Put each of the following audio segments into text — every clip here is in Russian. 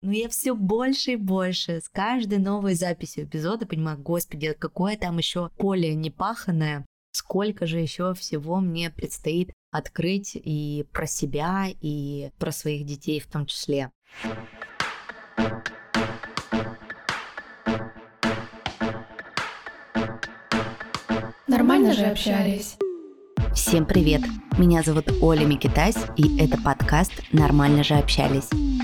Но я все больше и больше с каждой новой записью эпизода понимаю, господи, какое там еще поле непаханное, сколько же еще всего мне предстоит открыть и про себя, и про своих детей в том числе. Нормально же общались. Всем привет! Меня зовут Оля Микитась, и это подкаст «Нормально же общались».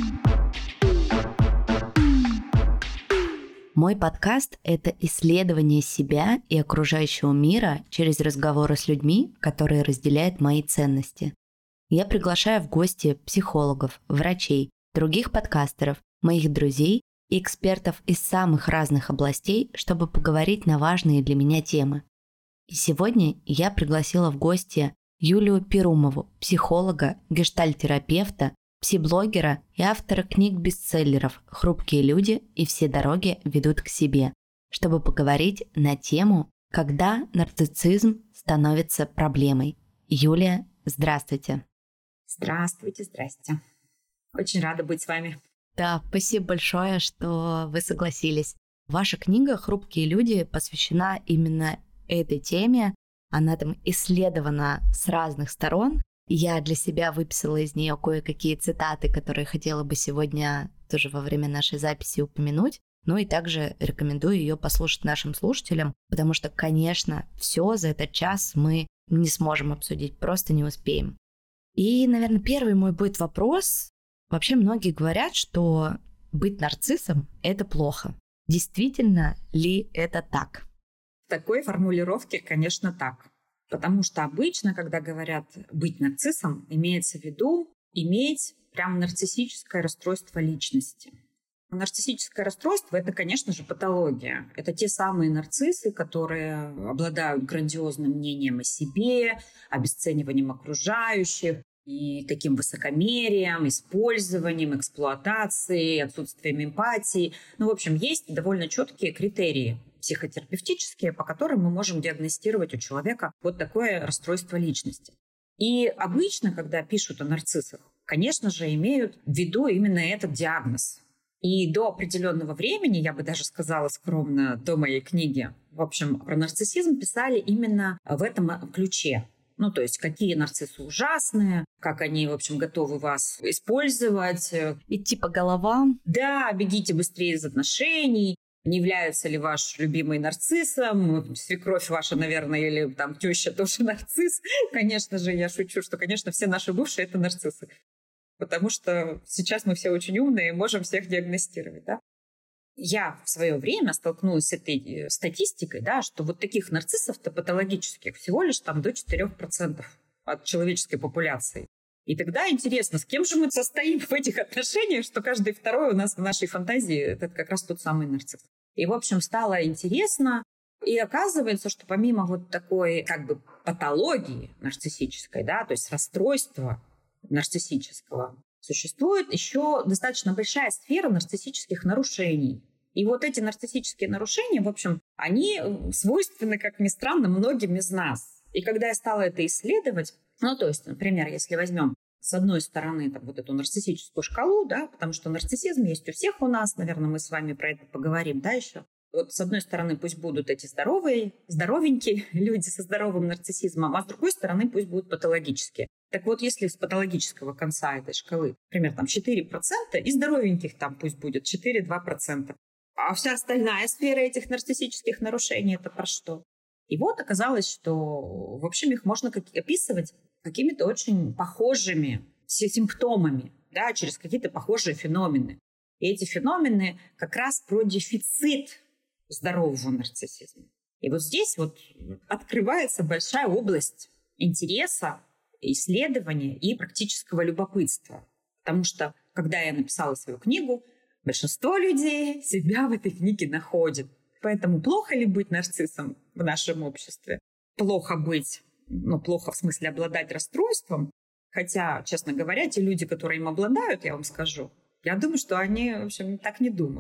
Мой подкаст – это исследование себя и окружающего мира через разговоры с людьми, которые разделяют мои ценности. Я приглашаю в гости психологов, врачей, других подкастеров, моих друзей и экспертов из самых разных областей, чтобы поговорить на важные для меня темы. И сегодня я пригласила в гости Юлию Перумову, психолога, гештальт-терапевта, псиблогера и автора книг-бестселлеров «Хрупкие люди» и «Все дороги ведут к себе», чтобы поговорить на тему «Когда нарциссизм становится проблемой». Юлия, здравствуйте. Здравствуйте, здрасте. Очень рада быть с вами. Да, спасибо большое, что вы согласились. Ваша книга «Хрупкие люди» посвящена именно этой теме. Она там исследована с разных сторон. Я для себя выписала из нее кое-какие цитаты, которые хотела бы сегодня тоже во время нашей записи упомянуть. Ну и также рекомендую ее послушать нашим слушателям, потому что, конечно, все за этот час мы не сможем обсудить, просто не успеем. И, наверное, первый мой будет вопрос. Вообще многие говорят, что быть нарциссом – это плохо. Действительно ли это так? В такой формулировке, конечно, так. Потому что обычно, когда говорят «быть нарциссом», имеется в виду иметь прям нарциссическое расстройство личности. Нарциссическое расстройство – это, конечно же, патология. Это те самые нарциссы, которые обладают грандиозным мнением о себе, обесцениванием окружающих, и таким высокомерием, использованием, эксплуатацией, отсутствием эмпатии. В общем, есть довольно четкие критерии психотерапевтические, по которым мы можем диагностировать у человека вот такое расстройство личности. И обычно, когда пишут о нарциссах, конечно же, имеют в виду именно этот диагноз. И до определенного времени, я бы даже сказала скромно, до моей книги, в общем, про нарциссизм писали именно в этом ключе. То есть, какие нарциссы ужасные, как они, в общем, готовы вас использовать. Идти по головам. Да, бегите быстрее из отношений. Не является ли ваш любимый нарциссом? Свекровь ваша, наверное, или там теща тоже нарцисс. Конечно же, я шучу, что, конечно, все наши бывшие – это нарциссы. Потому что сейчас мы все очень умные и можем всех диагностировать, да? Я в свое время столкнулась с этой статистикой, да, что вот таких нарциссов-то патологических всего лишь там до 4% от человеческой популяции. И тогда интересно, с кем же мы состоим в этих отношениях, что каждый второй у нас в нашей фантазии это как раз тот самый нарцисс. И, в общем, стало интересно. И оказывается, что помимо вот такой как бы патологии нарциссической, да, то есть расстройства нарциссического, существует еще достаточно большая сфера нарциссических нарушений. И вот эти нарциссические нарушения, в общем, они свойственны, как ни странно, многим из нас. И когда я стала это исследовать, то есть, например, если возьмем с одной стороны там, вот эту нарциссическую шкалу, да, потому что нарциссизм есть у всех у нас, наверное, мы с вами про это поговорим, да, еще. Вот с одной стороны пусть будут эти здоровенькие люди со здоровым нарциссизмом, а с другой стороны пусть будут патологические. Так вот, если с патологического конца этой шкалы, например, там 4%, и здоровеньких там пусть будет 4-2%, а вся остальная сфера этих нарциссических нарушений – это про что? И вот оказалось, что, в общем, их можно описывать какими-то очень похожими симптомами, да, через какие-то похожие феномены. И эти феномены как раз про дефицит здорового нарциссизма. И вот здесь вот открывается большая область интереса, исследования и практического любопытства. Потому что, когда я написала свою книгу, большинство людей себя в этой книге находит. Поэтому плохо ли быть нарциссом в нашем обществе? Плохо быть, плохо в смысле обладать расстройством. Хотя, честно говоря, те люди, которые им обладают, я вам скажу, я думаю, что они, в общем, так не думают.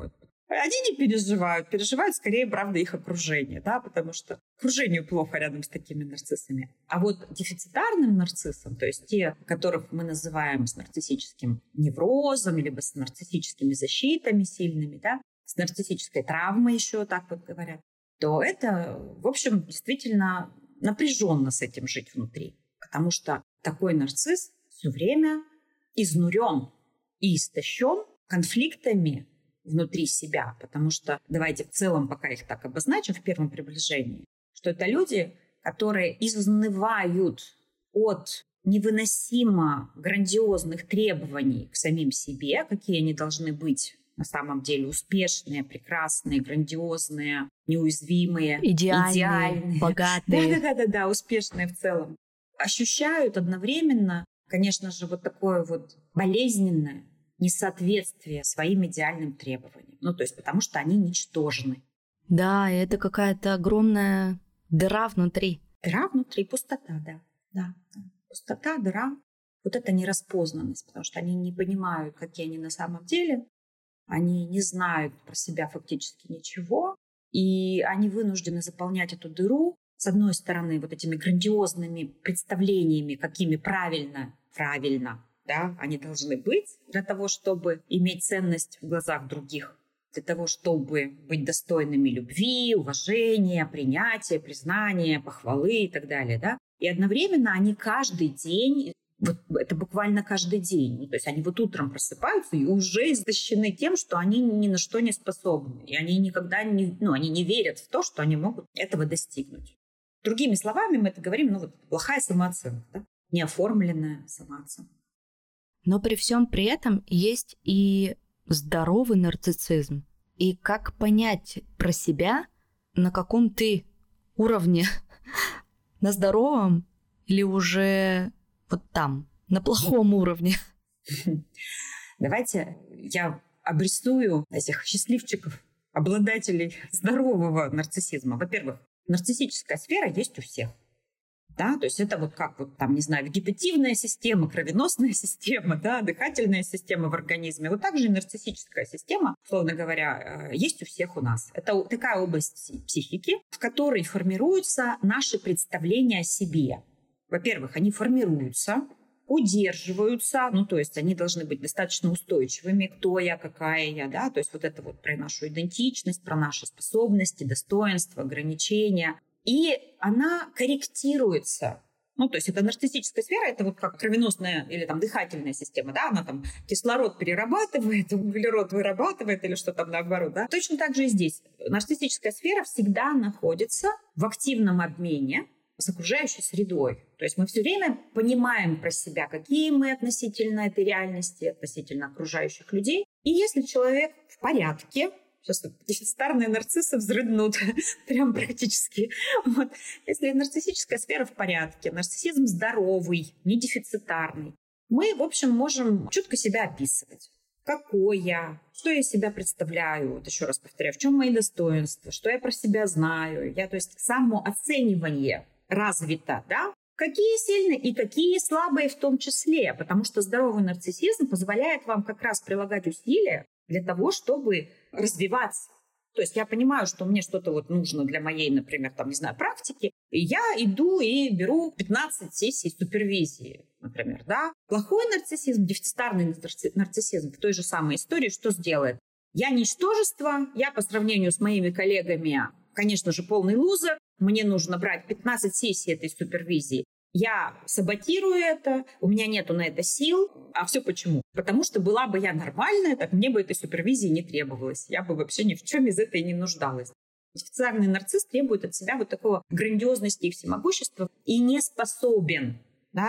Они не переживают. Переживают скорее, правда, их окружение, да, потому что окружению плохо рядом с такими нарциссами. А вот дефицитарным нарциссам, то есть те, которых мы называем с нарциссическим неврозом, либо с нарциссическими защитами сильными, да, с нарциссической травмой еще так вот говорят, то это, в общем, действительно напряженно с этим жить внутри. Потому что такой нарцисс все время изнурен и истощен конфликтами внутри себя. Потому что, давайте в целом пока их так обозначим в первом приближении, что это люди, которые изнывают от невыносимо грандиозных требований к самим себе, какие они должны быть на самом деле успешные, прекрасные, грандиозные, неуязвимые, идеальные, богатые. Да, успешные в целом. Ощущают одновременно, конечно же, вот такое вот болезненное несоответствие своим идеальным требованиям. Ну, то есть потому что они ничтожны. Да, это какая-то огромная дыра внутри. Дыра внутри, пустота, да. Пустота, дыра. Вот это нераспознанность, потому что они не понимают, какие они на самом деле. Они не знают про себя фактически ничего. И они вынуждены заполнять эту дыру, с одной стороны, вот этими грандиозными представлениями, какими правильно, да, они должны быть для того, чтобы иметь ценность в глазах других, для того, чтобы быть достойными любви, уважения, принятия, признания, похвалы и так далее. Да? И одновременно они каждый день, вот это буквально каждый день, ну, то есть они вот утром просыпаются и уже истощены тем, что они ни на что не способны. И они никогда они не верят в то, что они могут этого достигнуть. Другими словами, мы это говорим, плохая самооценка, да? Неоформленная самооценка. Но при всем при этом есть и здоровый нарциссизм. И как понять про себя, на каком ты уровне? На здоровом или уже вот там, на плохом уровне? Давайте я обрисую этих счастливчиков, обладателей здорового нарциссизма. Во-первых, нарциссическая сфера есть у всех. Да, то есть это вегетативная система, кровеносная система, да, дыхательная система в организме. Вот также и нарциссическая система, условно говоря, есть у всех у нас. Это такая область психики, в которой формируются наши представления о себе. Во-первых, они формируются, удерживаются, то есть они должны быть достаточно устойчивыми, кто я, какая я, да, то есть вот это вот про нашу идентичность, про наши способности, достоинства, ограничения. И она корректируется. То есть это нарциссическая сфера, это вот как кровеносная или дыхательная система, да, она кислород перерабатывает, углерод вырабатывает или что там наоборот, да. Точно так же и здесь. Нарциссическая сфера всегда находится в активном обмене с окружающей средой. То есть мы все время понимаем про себя, какие мы относительно этой реальности, относительно окружающих людей. И если человек в порядке, сейчас дефицитарные нарциссы взрыднут прям практически. Вот. Если нарциссическая сфера в порядке, нарциссизм здоровый, не дефицитарный, мы, в общем, можем четко себя описывать. Какой я, что я себя представляю, вот еще раз повторяю, в чем мои достоинства, что я про себя знаю. То есть самооценивание развито, да? Какие сильные и какие слабые в том числе, потому что здоровый нарциссизм позволяет вам как раз прилагать усилия для того, чтобы развиваться. То есть я понимаю, что мне что-то нужно для моей, например, практики, и я иду и беру 15 сессий супервизии, например, да. Плохой нарциссизм, дефицитарный нарциссизм в той же самой истории что сделает? Я ничтожество, я по сравнению с моими коллегами, конечно же, полный лузер, мне нужно брать 15 сессий этой супервизии. Я саботирую это, у меня нету на это сил. А все почему? Потому что была бы я нормальная, так мне бы этой супервизии не требовалось. Я бы вообще ни в чем из этой не нуждалась. Дефицитарный нарцисс требует от себя такого грандиозности и всемогущества и не способен,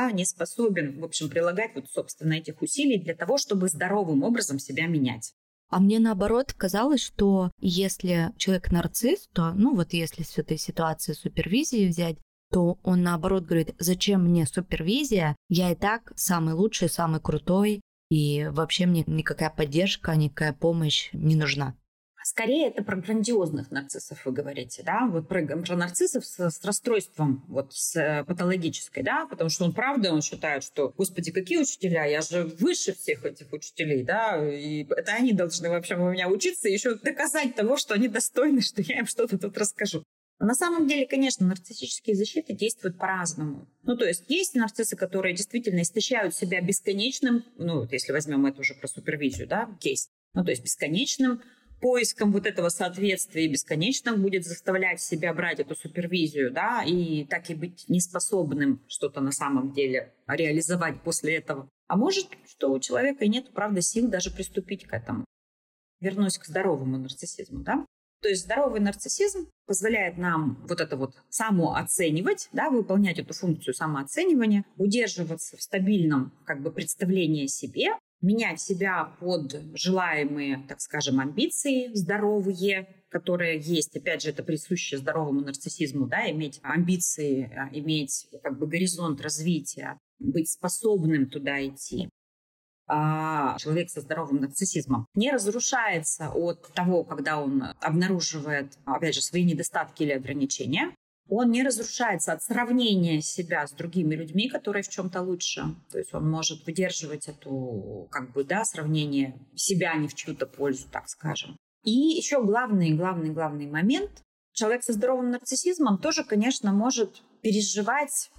в общем, прилагать собственно, этих усилий для того, чтобы здоровым образом себя менять. А мне наоборот казалось, что если человек нарцисс, то, если с этой ситуации супервизии взять, то он наоборот говорит, зачем мне супервизия, я и так самый лучший, самый крутой, и вообще мне никакая поддержка, никакая помощь не нужна. Скорее, это про грандиозных нарциссов вы говорите, да, вот про нарциссов с расстройством, вот с патологической, да, потому что он считает, что, господи, какие учителя, я же выше всех этих учителей, да, и это они должны вообще у меня учиться и еще доказать того, что они достойны, что я им что-то тут расскажу. Но на самом деле, конечно, нарциссические защиты действуют по-разному. То есть нарциссы, которые действительно истощают себя бесконечным, если возьмем это уже про супервизию, да, кейс, то есть бесконечным поиском вот этого соответствия и бесконечно будет заставлять себя брать эту супервизию, да, и так и быть неспособным что-то на самом деле реализовать после этого. А может, что у человека нет, правда, сил даже приступить к этому. Вернусь к здоровому нарциссизму, да. То есть здоровый нарциссизм позволяет нам вот это вот самооценивать, да, выполнять эту функцию самооценивания, удерживаться в стабильном представлении о себе, менять себя под желаемые, так скажем, амбиции здоровые, которые есть. Опять же, это присуще здоровому нарциссизму, да, иметь амбиции, иметь горизонт развития, быть способным туда идти. А человек со здоровым нарциссизмом не разрушается от того, когда он обнаруживает, опять же, свои недостатки или ограничения. Он не разрушается от сравнения себя с другими людьми, которые в чем-то лучше. То есть он может выдерживать эту, сравнение себя не в чью-то пользу, так скажем. И еще главный момент. Человек со здоровым нарциссизмом тоже, конечно, может переживать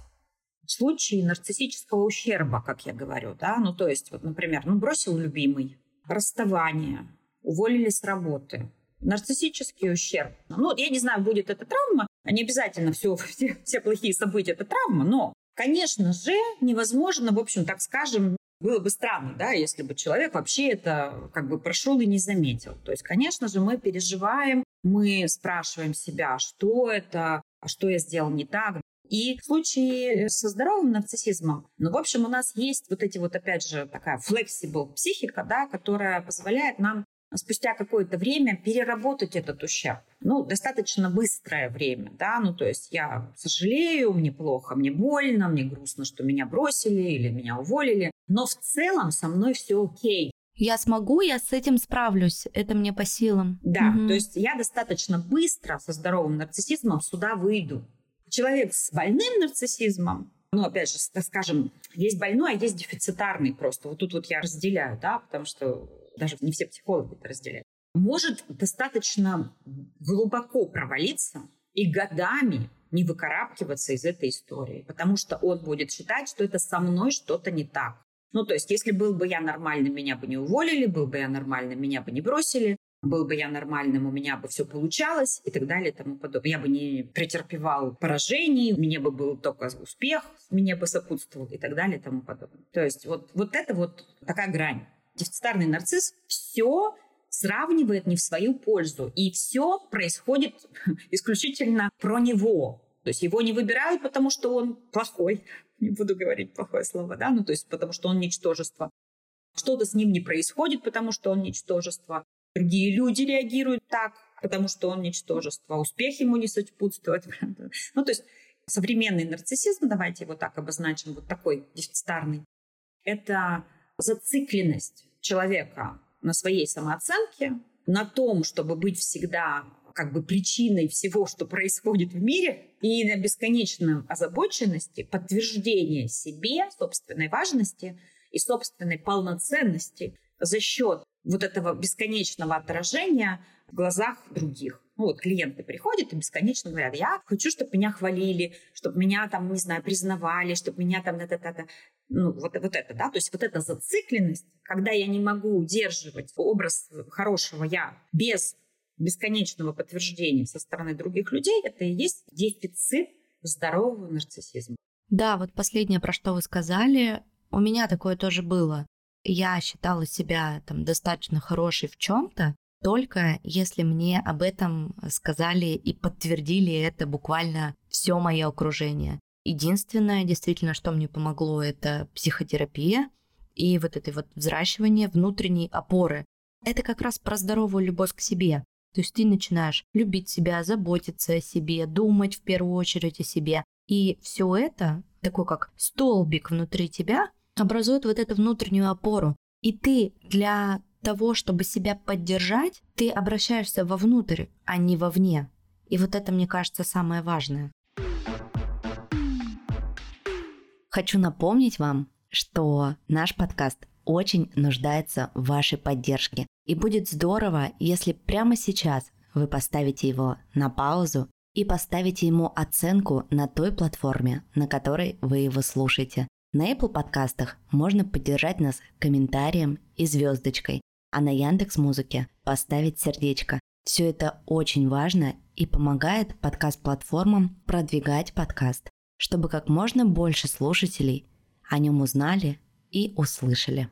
случаи нарциссического ущерба, как я говорю. Да? То есть, например, бросил любимый, расставание, уволили с работы. Нарциссический ущерб. Я не знаю, будет это травма. Не обязательно все плохие события – это травма, но, конечно же, невозможно, в общем, так скажем, было бы странно, да, если бы человек вообще это прошел и не заметил. То есть, конечно же, мы переживаем, мы спрашиваем себя, что это, а что я сделал не так. И в случае со здоровым нарциссизмом, в общем, у нас есть вот эти опять же, такая flexible психика, да, которая позволяет нам спустя какое-то время переработать этот ущерб. Достаточно быстрое время, да, то есть я сожалею, мне плохо, мне больно, мне грустно, что меня бросили или меня уволили, но в целом со мной все окей. Я смогу, я с этим справлюсь, это мне по силам. Да, то есть я достаточно быстро со здоровым нарциссизмом сюда выйду. Человек с больным нарциссизмом, опять же, так скажем, есть больной, а есть дефицитарный просто. Вот тут я разделяю, да, потому что даже не все психологи это разделяют, может достаточно глубоко провалиться и годами не выкарабкиваться из этой истории, потому что он будет считать, что это со мной что-то не так. То есть, если был бы я нормальным, меня бы не уволили, был бы я нормальным, меня бы не бросили, был бы я нормальным, у меня бы все получалось и так далее и тому подобное. Я бы не претерпевал поражений, мне бы был только успех, мне бы сопутствовал и так далее и тому подобное. То есть, вот это такая грань. Дефицитарный нарцисс все сравнивает не в свою пользу. И все происходит исключительно про него. То есть его не выбирают, потому что он плохой. Не буду говорить плохое слово, да? То есть потому что он ничтожество. Что-то с ним не происходит, потому что он ничтожество. Другие люди реагируют так, потому что он ничтожество. Успех ему не сопутствует. То есть современный нарциссизм, давайте его так обозначим, такой дефицитарный, это зацикленность человека на своей самооценке, на том, чтобы быть всегда причиной всего, что происходит в мире, и на бесконечной озабоченности, подтверждения себе собственной важности и собственной полноценности за счет этого бесконечного отражения в глазах других. Клиенты приходят и бесконечно говорят: я хочу, чтобы меня хвалили, чтобы меня признавали, чтобы меня вот это, да, то есть эта зацикленность, когда я не могу удерживать образ хорошего я без бесконечного подтверждения со стороны других людей, это и есть дефицит здорового нарциссизма. Да, последнее, про что вы сказали, у меня такое тоже было. Я считала себя достаточно хорошей в чем-то, только если мне об этом сказали и подтвердили это буквально все мое окружение. Единственное, действительно, что мне помогло, это психотерапия и это взращивание внутренней опоры. Это как раз про здоровую любовь к себе. То есть ты начинаешь любить себя, заботиться о себе, думать в первую очередь о себе. И все это, такой как столбик внутри тебя, образует эту внутреннюю опору. И ты для того, чтобы себя поддержать, ты обращаешься вовнутрь, а не вовне. И вот это, мне кажется, самое важное. Хочу напомнить вам, что наш подкаст очень нуждается в вашей поддержке. И будет здорово, если прямо сейчас вы поставите его на паузу и поставите ему оценку на той платформе, на которой вы его слушаете. На Apple подкастах можно поддержать нас комментарием и звездочкой, а на Яндекс.Музыке поставить сердечко. Все это очень важно и помогает подкаст-платформам продвигать подкаст, чтобы как можно больше слушателей о нем узнали и услышали.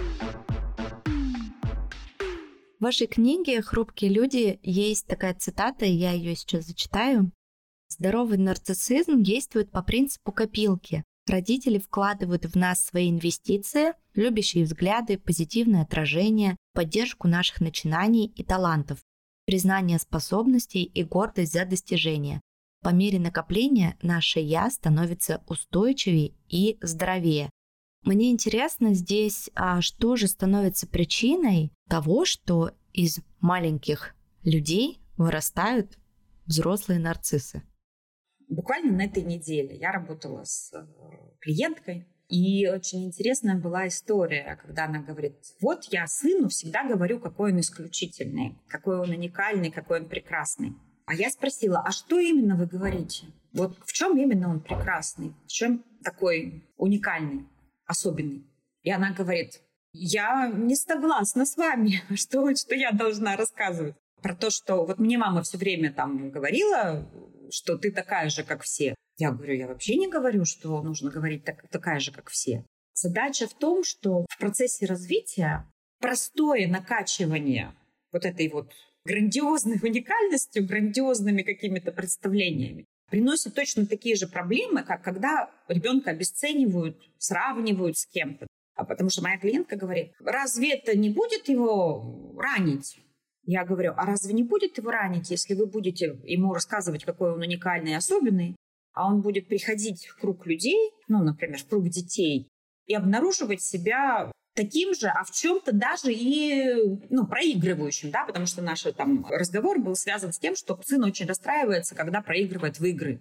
В вашей книге «Хрупкие люди» есть такая цитата, я ее сейчас зачитаю. «Здоровый нарциссизм действует по принципу копилки. Родители вкладывают в нас свои инвестиции, любящие взгляды, позитивное отражение, поддержку наших начинаний и талантов, признание способностей и гордость за достижения. По мере накопления наше «я» становится устойчивее и здоровее». Мне интересно здесь, что же становится причиной того, что из маленьких людей вырастают взрослые нарциссы. Буквально на этой неделе я работала с клиенткой, и очень интересная была история, когда она говорит: вот я сыну всегда говорю, какой он исключительный, какой он уникальный, какой он прекрасный. А я спросила: а что именно вы говорите? Вот в чем именно он прекрасный? В чем такой уникальный, особенный? И она говорит: я не согласна с вами, что я должна рассказывать. Про то, что вот мне мама все время там говорила, что ты такая же, как все. Я говорю: я вообще не говорю, что нужно говорить такая же, как все. Задача в том, что в процессе развития простое накачивание вот этой вот грандиозной уникальностью, грандиозными какими-то представлениями приносит точно такие же проблемы, как когда ребенка обесценивают, сравнивают с кем-то. А потому что моя клиентка говорит: разве это не будет его ранить? Я говорю: а разве не будет его ранить, если вы будете ему рассказывать, какой он уникальный и особенный, а он будет приходить в круг людей, например, в круг детей, и обнаруживать себя таким же, а в чем-то даже и проигрывающим, да, потому что наш разговор был связан с тем, что сын очень расстраивается, когда проигрывает в игры.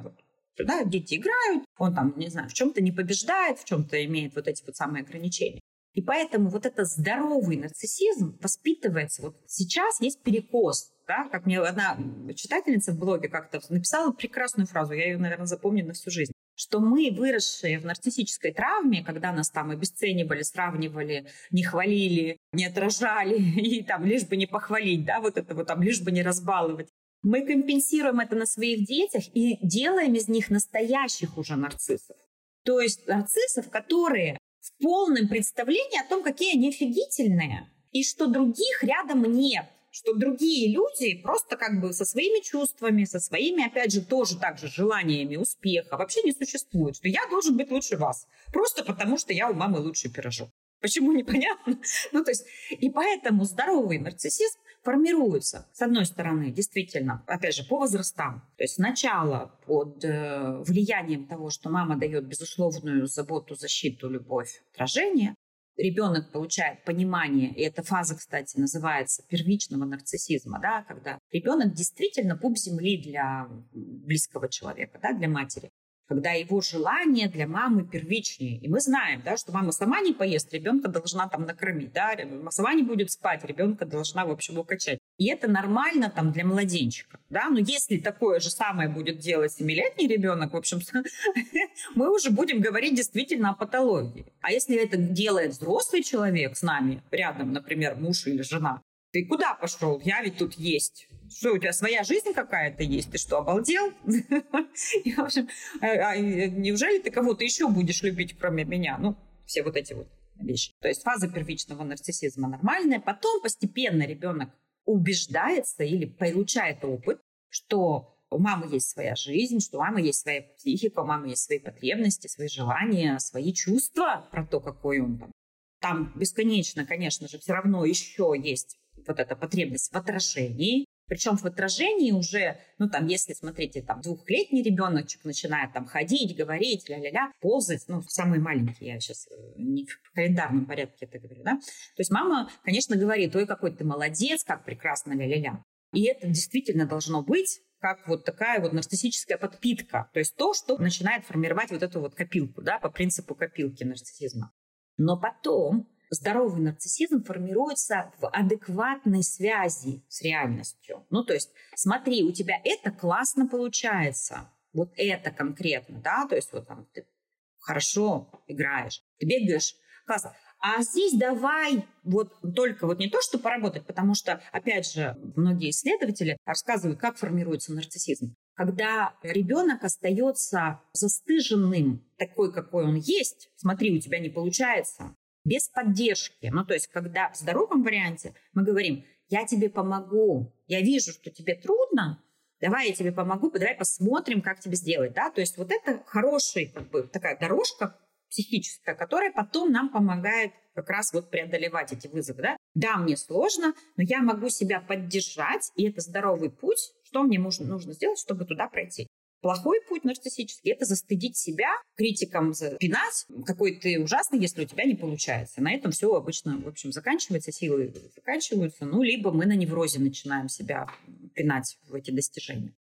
Дети играют, он в чем-то не побеждает, в чем-то имеет вот эти вот самые ограничения. И поэтому вот этот здоровый нарциссизм воспитывается. Вот сейчас есть перекос, да, как мне одна читательница в блоге как-то написала прекрасную фразу, я ее, наверное, запомню на всю жизнь, что мы, выросшие в нарциссической травме, когда нас там обесценивали, сравнивали, не хвалили, не отражали, и лишь бы не похвалить, да, вот это вот лишь бы не разбаловать, мы компенсируем это на своих детях и делаем из них настоящих уже нарциссов. То есть нарциссов, которые в полном представлении о том, какие они офигительные, и что других рядом нет, что другие люди просто со своими чувствами, со своими, опять же, тоже так же желаниями успеха вообще не существует, что я должен быть лучше вас, просто потому что я у мамы лучший пирожок. Почему, непонятно? И поэтому здоровый нарциссизм формируется, с одной стороны, действительно, опять же, по возрастам. То есть сначала под влиянием того, что мама дает безусловную заботу, защиту, любовь, отражение, ребенок получает понимание, и эта фаза, кстати, называется первичного нарциссизма, да, когда ребенок действительно пуп земли для близкого человека, да, для матери, когда его желание для мамы первичнее. И мы знаем, да, что мама сама не поест, ребенка должна накормить, да, сама не будет спать, ребенка должна, в общем, укачать. И это нормально для младенчика, да, но если такое же самое будет делать 7-летний ребенок, в общем, мы уже будем говорить действительно о патологии. А если это делает взрослый человек с нами рядом, например, муж или жена, ты куда пошел? Я ведь тут есть. Что, у тебя своя жизнь какая-то есть? Ты что, обалдел? И, в общем, неужели ты кого-то еще будешь любить, кроме меня? Все вот эти вот вещи. То есть фаза первичного нарциссизма нормальная. Потом постепенно ребенок убеждается или получает опыт, что у мамы есть своя жизнь, что у мамы есть своя психика, у мамы есть свои потребности, свои желания, свои чувства про то, какой он там. Там бесконечно, конечно же, все равно еще есть вот эта потребность в отражении. Причем в отражении уже, если, смотрите, 2-летний ребеночек начинает ходить, говорить, ля-ля-ля, ползать, самые маленькие, я сейчас не в календарном порядке это говорю, да. То есть мама, конечно, говорит: ой, какой ты молодец, как прекрасно, ля-ля-ля. И это действительно должно быть как такая нарциссическая подпитка. То есть то, что начинает формировать эту копилку, да, по принципу копилки нарциссизма. Но потом здоровый нарциссизм формируется в адекватной связи с реальностью. То есть смотри, у тебя это классно получается, это конкретно, да, то есть ты хорошо играешь, ты бегаешь, классно. А здесь давай только не то, что поработать, потому что, опять же, многие исследователи рассказывают, как формируется нарциссизм. Когда ребенок остается застыженным, такой, какой он есть, смотри, у тебя не получается, без поддержки. То есть, когда в здоровом варианте мы говорим: я тебе помогу, я вижу, что тебе трудно, давай я тебе помогу, давай посмотрим, как тебе сделать. Да? То есть это хорошая такая дорожка психическая, которая потом нам помогает как раз преодолевать эти вызовы. Да, мне сложно, но я могу себя поддержать, и это здоровый путь. Что мне нужно сделать, чтобы туда пройти? Плохой путь нарциссический – это застыдить себя, критикам запинать, какой ты ужасный, если у тебя не получается. На этом все обычно, в общем, заканчивается, силы заканчиваются. Либо мы на неврозе начинаем себя пинать в эти достижения.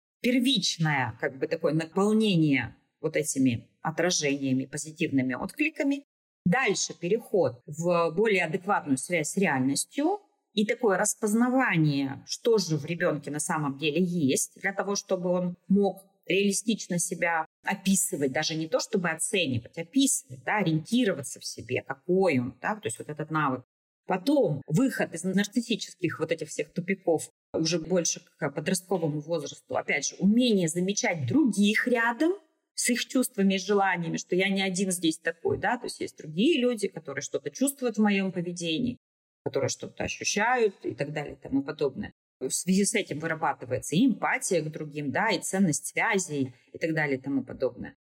Первичное, такое наполнение этими отражениями, позитивными откликами. Дальше переход в более адекватную связь с реальностью и такое распознавание, что же в ребенке на самом деле есть, для того, чтобы он мог реалистично себя описывать, даже не то, чтобы оценивать, описывать, да, ориентироваться в себе, какой он, да, то есть этот навык. Потом выход из нарциссических этих всех тупиков уже больше к подростковому возрасту. Опять же, умение замечать других рядом, с их чувствами и желаниями, что я не один здесь такой, да, то есть есть другие люди, которые что-то чувствуют в моем поведении, которые что-то ощущают и так далее и тому подобное. В связи с этим вырабатывается и эмпатия к другим, да, и ценность связей и так далее и тому подобное.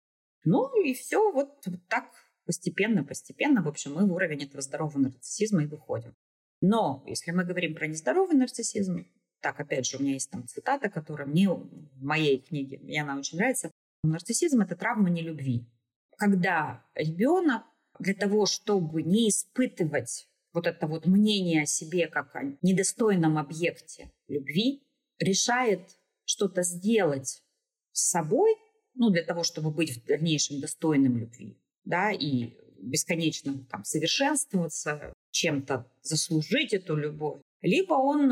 И все так постепенно, в общем, мы в уровень этого здорового нарциссизма и выходим. Но если мы говорим про нездоровый нарциссизм, так, опять же, у меня есть цитата, которая мне в моей книге, мне она очень нравится. Нарциссизм – это травма нелюбви. Когда ребенок для того, чтобы не испытывать это мнение о себе как о недостойном объекте любви, решает что-то сделать с собой, для того, чтобы быть в дальнейшем достойным любви, да, и бесконечно совершенствоваться, чем-то заслужить эту любовь. Либо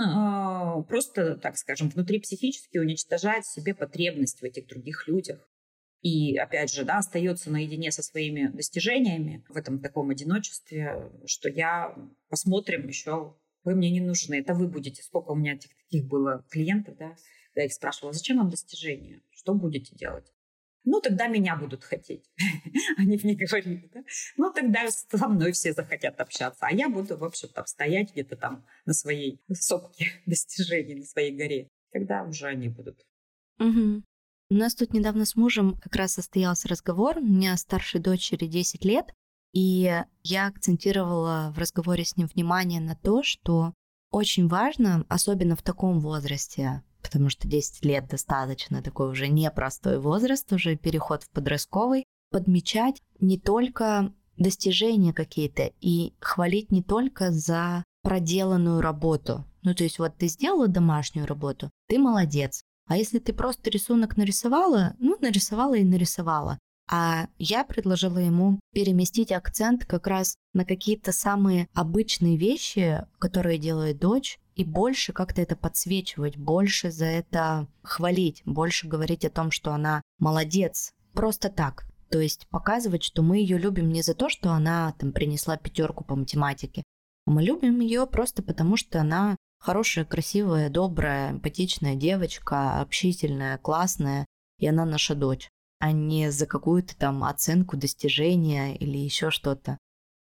он просто, так скажем, внутри психически уничтожает в себе потребность в этих других людях. И, опять же, да, остается наедине со своими достижениями в этом таком одиночестве, что посмотрим еще, вы мне не нужны, это вы будете. Сколько у меня таких было клиентов, да, я их спрашивала: зачем вам достижения, что будете делать? Тогда меня будут хотеть. Они мне говорили, да? Тогда со мной все захотят общаться, а я буду, в общем, стоять где-то на своей сопке достижений, на своей горе. Тогда уже они будут. Угу. У нас тут недавно с мужем как раз состоялся разговор. У меня старшей дочери 10 лет, и я акцентировала в разговоре с ним внимание на то, что очень важно, особенно в таком возрасте, потому что 10 лет достаточно такой уже непростой возраст, уже переход в подростковый, подмечать не только достижения какие-то и хвалить не только за проделанную работу. То есть ты сделала домашнюю работу, ты молодец. А если ты просто рисунок нарисовала, нарисовала и нарисовала. А я предложила ему переместить акцент как раз на какие-то самые обычные вещи, которые делает дочь, и больше как-то это подсвечивать, больше за это хвалить, больше говорить о том, что она молодец. Просто так. То есть показывать, что мы ее любим не за то, что она принесла 5 по математике. Мы любим ее просто потому, что она хорошая, красивая, добрая, эмпатичная девочка, общительная, классная, и она наша дочь, а не за какую-то оценку достижения или еще что-то.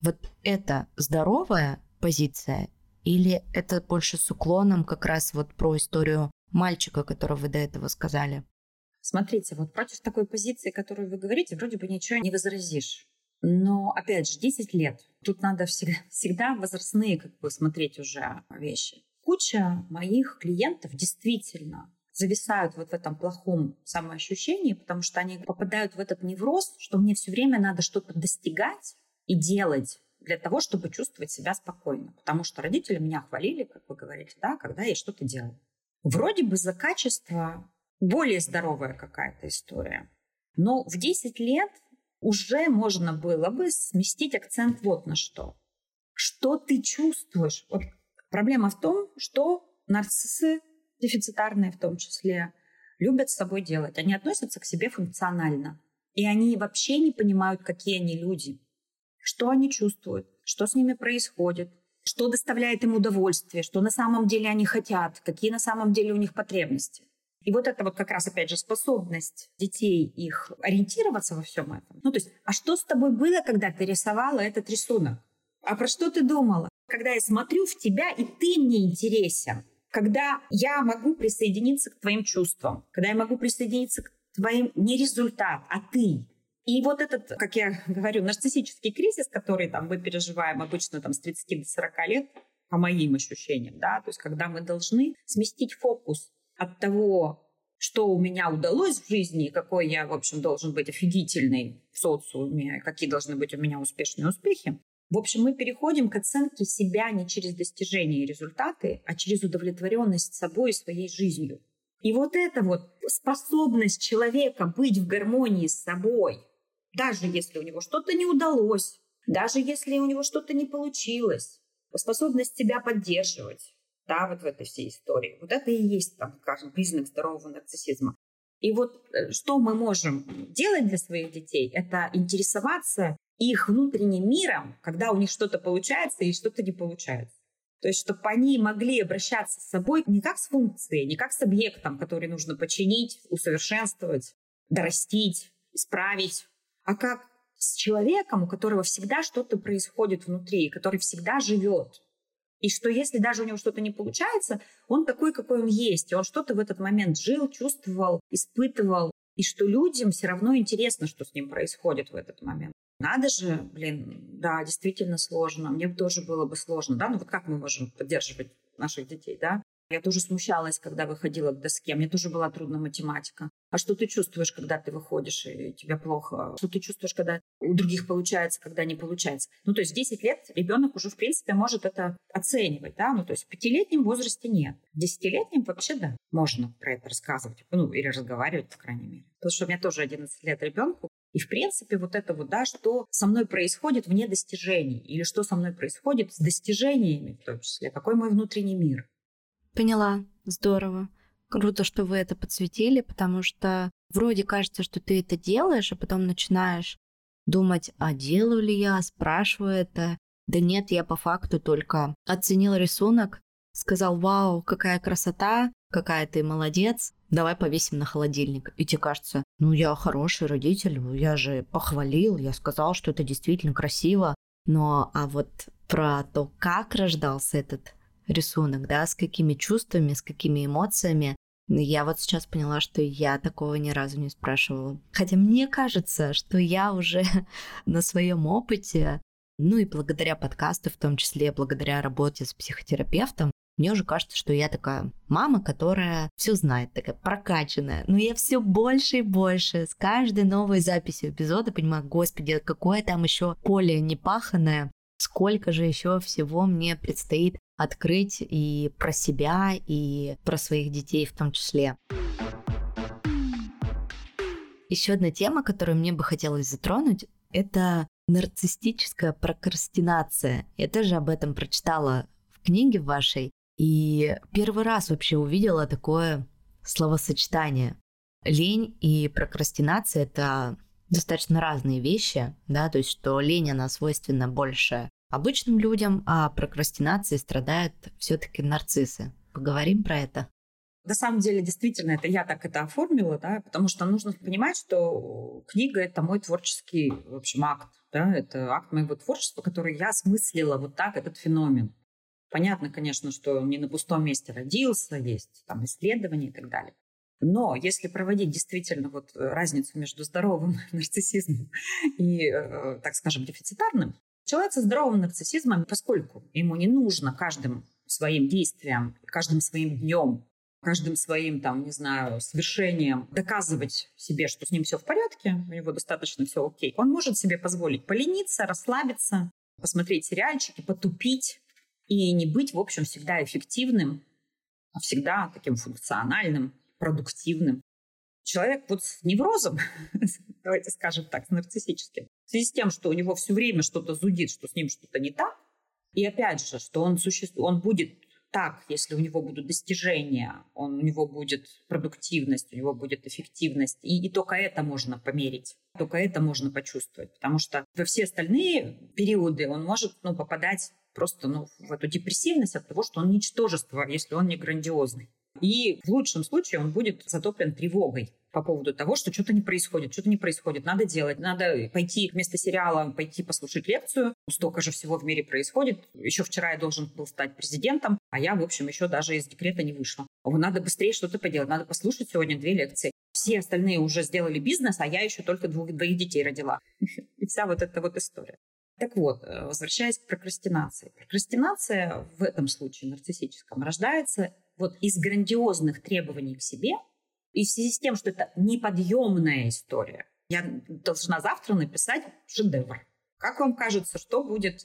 Это здоровая позиция или это больше с уклоном как раз про историю мальчика, которого вы до этого сказали? Смотрите, против такой позиции, которую вы говорите, вроде бы ничего не возразишь. Но, опять же, 10 лет. Тут надо всегда возрастные смотреть уже вещи. Куча моих клиентов действительно зависают вот в этом плохом самоощущении, потому что они попадают в этот невроз, что мне все время надо что-то достигать и делать для того, чтобы чувствовать себя спокойно. Потому что родители меня хвалили, как вы говорите, да, когда я что-то делаю. Вроде бы за качество более здоровая какая-то история. Но в 10 лет уже можно было бы сместить акцент вот на что. Что ты чувствуешь? Вот проблема в том, что нарциссы, дефицитарные в том числе, любят с собой делать. Они относятся к себе функционально. И они вообще не понимают, какие они люди. Что они чувствуют, что с ними происходит, что доставляет им удовольствие, что на самом деле они хотят, какие на самом деле у них потребности. И вот это вот как раз, опять же, способность детей их ориентироваться во всем этом. Ну, то есть, а что с тобой было, когда ты рисовала этот рисунок? А про что ты думала? Когда я смотрю в тебя, и ты мне интересен. Когда я могу присоединиться к твоим чувствам. Когда я могу присоединиться к твоим не результат, а ты. И вот этот, как я говорю, нарциссический кризис, который там, мы переживаем обычно там, с 30 до 40 лет, по моим ощущениям, да, то есть когда мы должны сместить фокус от того, что у меня удалось в жизни, какой я, в общем, должен быть офигительный в социуме, какие должны быть у меня успешные успехи. В общем, мы переходим к оценке себя не через достижения и результаты, а через удовлетворенность собой и своей жизнью. И вот эта вот способность человека быть в гармонии с собой, даже если у него что-то не удалось, даже если у него что-то не получилось, способность себя поддерживать, да, вот в этой всей истории. Вот это и есть, там, скажем, признак здорового нарциссизма. И вот что мы можем делать для своих детей, это интересоваться их внутренним миром, когда у них что-то получается и что-то не получается. То есть, чтобы они могли обращаться с собой не как с функцией, не как с объектом, который нужно починить, усовершенствовать, дорастить, исправить, а как с человеком, у которого всегда что-то происходит внутри, который всегда живет. И что если даже у него что-то не получается, он такой, какой он есть. И он что-то в этот момент жил, чувствовал, испытывал. И что людям все равно интересно, что с ним происходит в этот момент. Надо же, да, действительно сложно. Мне тоже было бы сложно, да? Ну вот как мы можем поддерживать наших детей, да? Я тоже смущалась, когда выходила к доске. Мне тоже была трудна математика. А что ты чувствуешь, когда ты выходишь, и тебе плохо? Что ты чувствуешь, когда у других получается, когда не получается? Ну, то есть в 10 лет ребенок уже, в принципе, может это оценивать, да? Ну, то есть в 5-летнем возрасте нет. В 10-летнем вообще, да, можно про это рассказывать. Ну, или разговаривать, по крайней мере. Потому что у меня тоже 11 лет ребенку. И, в принципе, вот это вот, да, что со мной происходит вне достижений. Или что со мной происходит с достижениями, в том числе. Какой мой внутренний мир. Поняла. Здорово. Круто, что вы это подсветили, потому что вроде кажется, что ты это делаешь, а потом начинаешь думать, а делаю ли я, спрашиваю это. Да нет, я по факту только оценил рисунок, сказал, вау, какая красота, какая ты молодец, давай повесим на холодильник. И тебе кажется, ну я хороший родитель, я же похвалил, я сказал, что это действительно красиво. Но а вот про то, как рождался этот рисунок, да, с какими чувствами, с какими эмоциями. Я вот сейчас поняла, что я такого ни разу не спрашивала. Хотя мне кажется, что я уже на своем опыте, ну и благодаря подкасту, в том числе благодаря работе с психотерапевтом, мне уже кажется, что я такая мама, которая все знает, такая прокачанная. Но я все больше и больше с каждой новой записью эпизода понимаю, господи, какое там еще поле непаханное, сколько же еще всего мне предстоит открыть и про себя, и про своих детей в том числе. Еще одна тема, которую мне бы хотелось затронуть, это нарциссическая прокрастинация. Я тоже об этом прочитала в книге вашей, и первый раз вообще увидела такое словосочетание. Лень и прокрастинация – это достаточно разные вещи, да, то есть что лень, она свойственна больше обычным людям, а прокрастинацией страдают все-таки нарциссы. Поговорим про это. На самом деле, действительно, это я так это оформила, да, потому что нужно понимать, что книга — это мой творческий, в общем, акт, да, это акт моего творчества, который я осмыслила вот так, этот феномен. Понятно, конечно, что не на пустом месте родился, есть там исследования и так далее. Но если проводить действительно вот разницу между здоровым нарциссизмом и, так скажем, дефицитарным, человек со здоровым нарциссизмом, поскольку ему не нужно каждым своим действием, каждым своим днем, каждым своим, там, не знаю, свершением доказывать себе, что с ним все в порядке, у него достаточно все окей, он может себе позволить полениться, расслабиться, посмотреть сериальчики, потупить и не быть, в общем, всегда эффективным, а всегда таким функциональным, продуктивным. Человек вот с неврозом, давайте скажем так, с нарциссическим, в связи с тем, что у него все время что-то зудит, что с ним что-то не так, и опять же, что он будет так, если у него будут достижения, у него будет продуктивность, у него будет эффективность, и только это можно померить, только это можно почувствовать, потому что во все остальные периоды он может попадать просто в эту депрессивность от того, что он ничтожество, если он не грандиозный. И в лучшем случае он будет затоплен тревогой по поводу того, что что-то не происходит, надо делать, надо пойти вместо сериала, пойти послушать лекцию. Столько же всего в мире происходит. Еще вчера я должен был стать президентом, а я, в общем, еще даже из декрета не вышла. Надо быстрее что-то поделать, надо послушать сегодня 2 лекции. Все остальные уже сделали бизнес, а я еще только двоих детей родила. И вся вот эта вот история. Так вот, возвращаясь к прокрастинации. Прокрастинация в этом случае нарциссическом рождается вот из грандиозных требований к себе, и в связи с тем, что это неподъемная история. Я должна завтра написать шедевр. Как вам кажется, что будет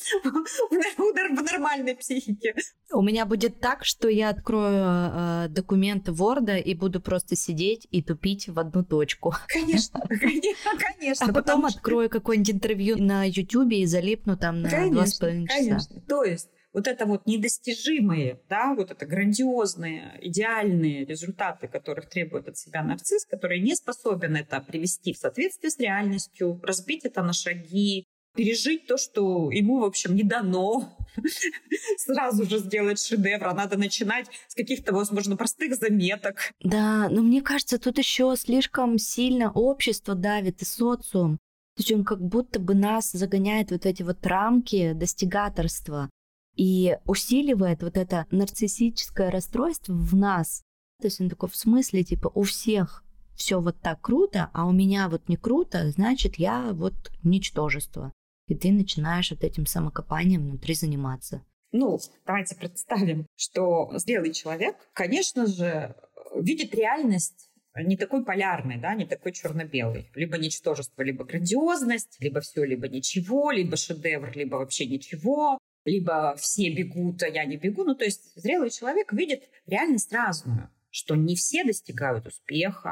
в нормальной психике? У меня будет так, что я открою документы Word и буду просто сидеть и тупить в одну точку. Конечно. А потом открою какое-нибудь интервью на YouTube и залипну там на 2,5 часа. Конечно. То есть вот это вот недостижимые, да, вот это грандиозные, идеальные результаты, которых требует от себя нарцисс, который не способен это привести в соответствие с реальностью, разбить это на шаги, пережить то, что ему, в общем, не дано, сразу же сделать шедевр, а надо начинать с каких-то, возможно, простых заметок. Да, но мне кажется, тут еще слишком сильно общество давит и социум. То есть он как будто бы нас загоняет в вот эти вот рамки достигаторства и усиливает вот это нарциссическое расстройство в нас. То есть он такой, в смысле, типа, у всех все вот так круто, а у меня вот не круто, значит, я вот ничтожество. И ты начинаешь вот этим самокопанием внутри заниматься. Давайте представим, что зрелый человек, конечно же, видит реальность не такой полярной, да, не такой черно-белой. Либо ничтожество, либо грандиозность, либо все, либо ничего, либо шедевр, либо вообще ничего. Либо все бегут, а я не бегу. То есть зрелый человек видит реальность разную, что не все достигают успеха,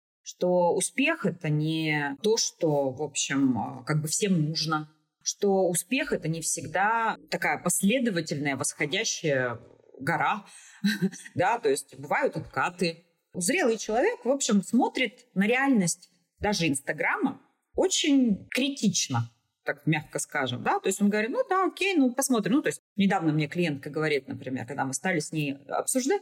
что успех — это не то, что, в общем, как бы всем нужно, что успех — это не всегда такая последовательная восходящая гора, да, то есть бывают откаты. Зрелый человек, в общем, смотрит на реальность даже Инстаграма очень критично, так мягко скажем, да, то есть он говорит, окей, посмотрим. То есть недавно мне клиентка говорит, например, когда мы стали с ней обсуждать,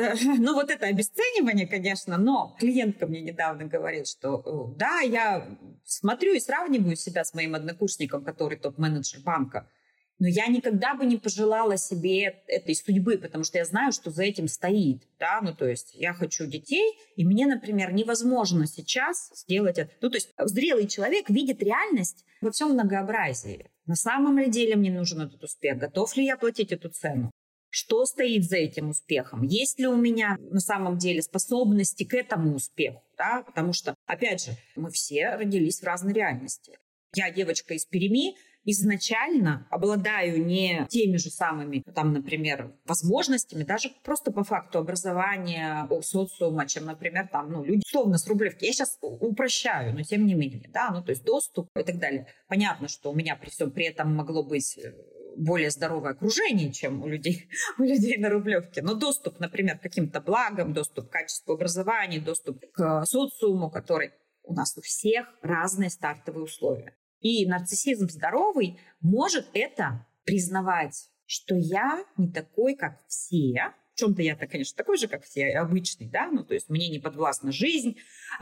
вот это обесценивание, конечно, но клиентка мне недавно говорит, что да, я смотрю и сравниваю себя с моим однокурсником, который топ-менеджер банка, но я никогда бы не пожелала себе этой судьбы, потому что я знаю, что за этим стоит. Да? То есть я хочу детей, и мне, например, невозможно сейчас сделать это. То есть зрелый человек видит реальность во всем многообразии. На самом ли деле мне нужен этот успех? Готов ли я платить эту цену? Что стоит за этим успехом? Есть ли у меня на самом деле способности к этому успеху? Да? Потому что, опять же, мы все родились в разной реальности. Я девочка из Перми, изначально обладаю не теми же самыми, например, возможностями, даже просто по факту образования, социума, чем, например, люди условно с Рублевки. Я сейчас упрощаю, но тем не менее, да, то есть доступ и так далее. Понятно, что у меня при всем при этом могло быть более здоровое окружение, чем у людей на Рублевке. Но доступ, например, к каким-то благам, доступ к качеству образования, доступ к социуму, который у нас у всех разные стартовые условия. И нарциссизм здоровый может это признавать, что я не такой, как все. В чем-то я-то, конечно, такой же, как все, обычный, да, то есть мне не подвластна жизнь,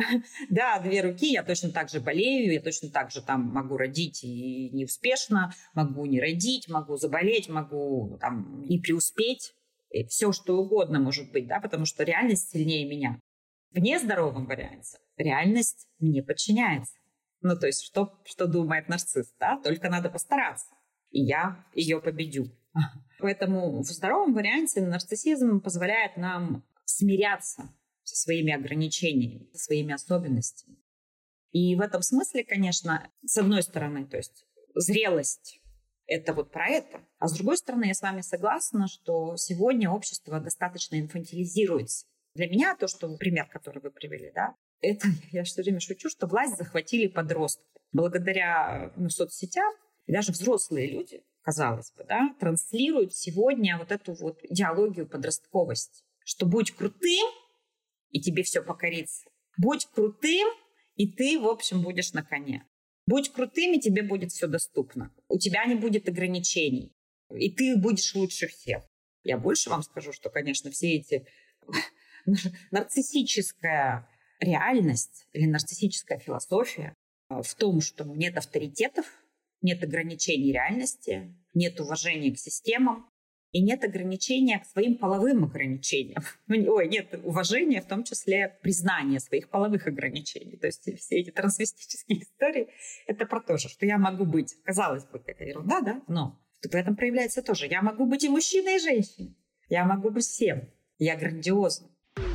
да, 2 руки, я точно так же болею, я точно так же могу родить и неуспешно, могу не родить, могу заболеть, могу не преуспеть, и все что угодно может быть, да, потому что реальность сильнее меня. В нездоровом варианте реальность мне подчиняется. То есть что думает нарцисс, да? Только надо постараться, и я ее победю. Поэтому в здоровом варианте нарциссизм позволяет нам смиряться со своими ограничениями, со своими особенностями. И в этом смысле, конечно, с одной стороны, то есть зрелость — это вот про это. А с другой стороны, я с вами согласна, что сегодня общество достаточно инфантилизируется. Для меня то, что пример, который вы привели, да, это, я все время шучу, что власть захватили подростки. Благодаря соцсетям и даже взрослые люди, казалось бы, да, транслируют сегодня вот эту вот идеологию подростковости, что будь крутым, и тебе все покорится. Будь крутым, и ты, в общем, будешь на коне. Будь крутым, и тебе будет все доступно. У тебя не будет ограничений, и ты будешь лучше всех. Я больше вам скажу, что, конечно, все эти нарциссическая реальность или нарциссическая философия в том, что нет авторитетов, нет ограничений реальности, нет уважения к системам и нет ограничения к своим половым ограничениям. Нет уважения, в том числе признания своих половых ограничений. То есть все эти трансвестические истории — это про то же, что я могу быть, казалось бы, какая ерунда, да? Но в этом проявляется тоже. Я могу быть и мужчиной, и женщиной. Я могу быть всем. Я грандиозна.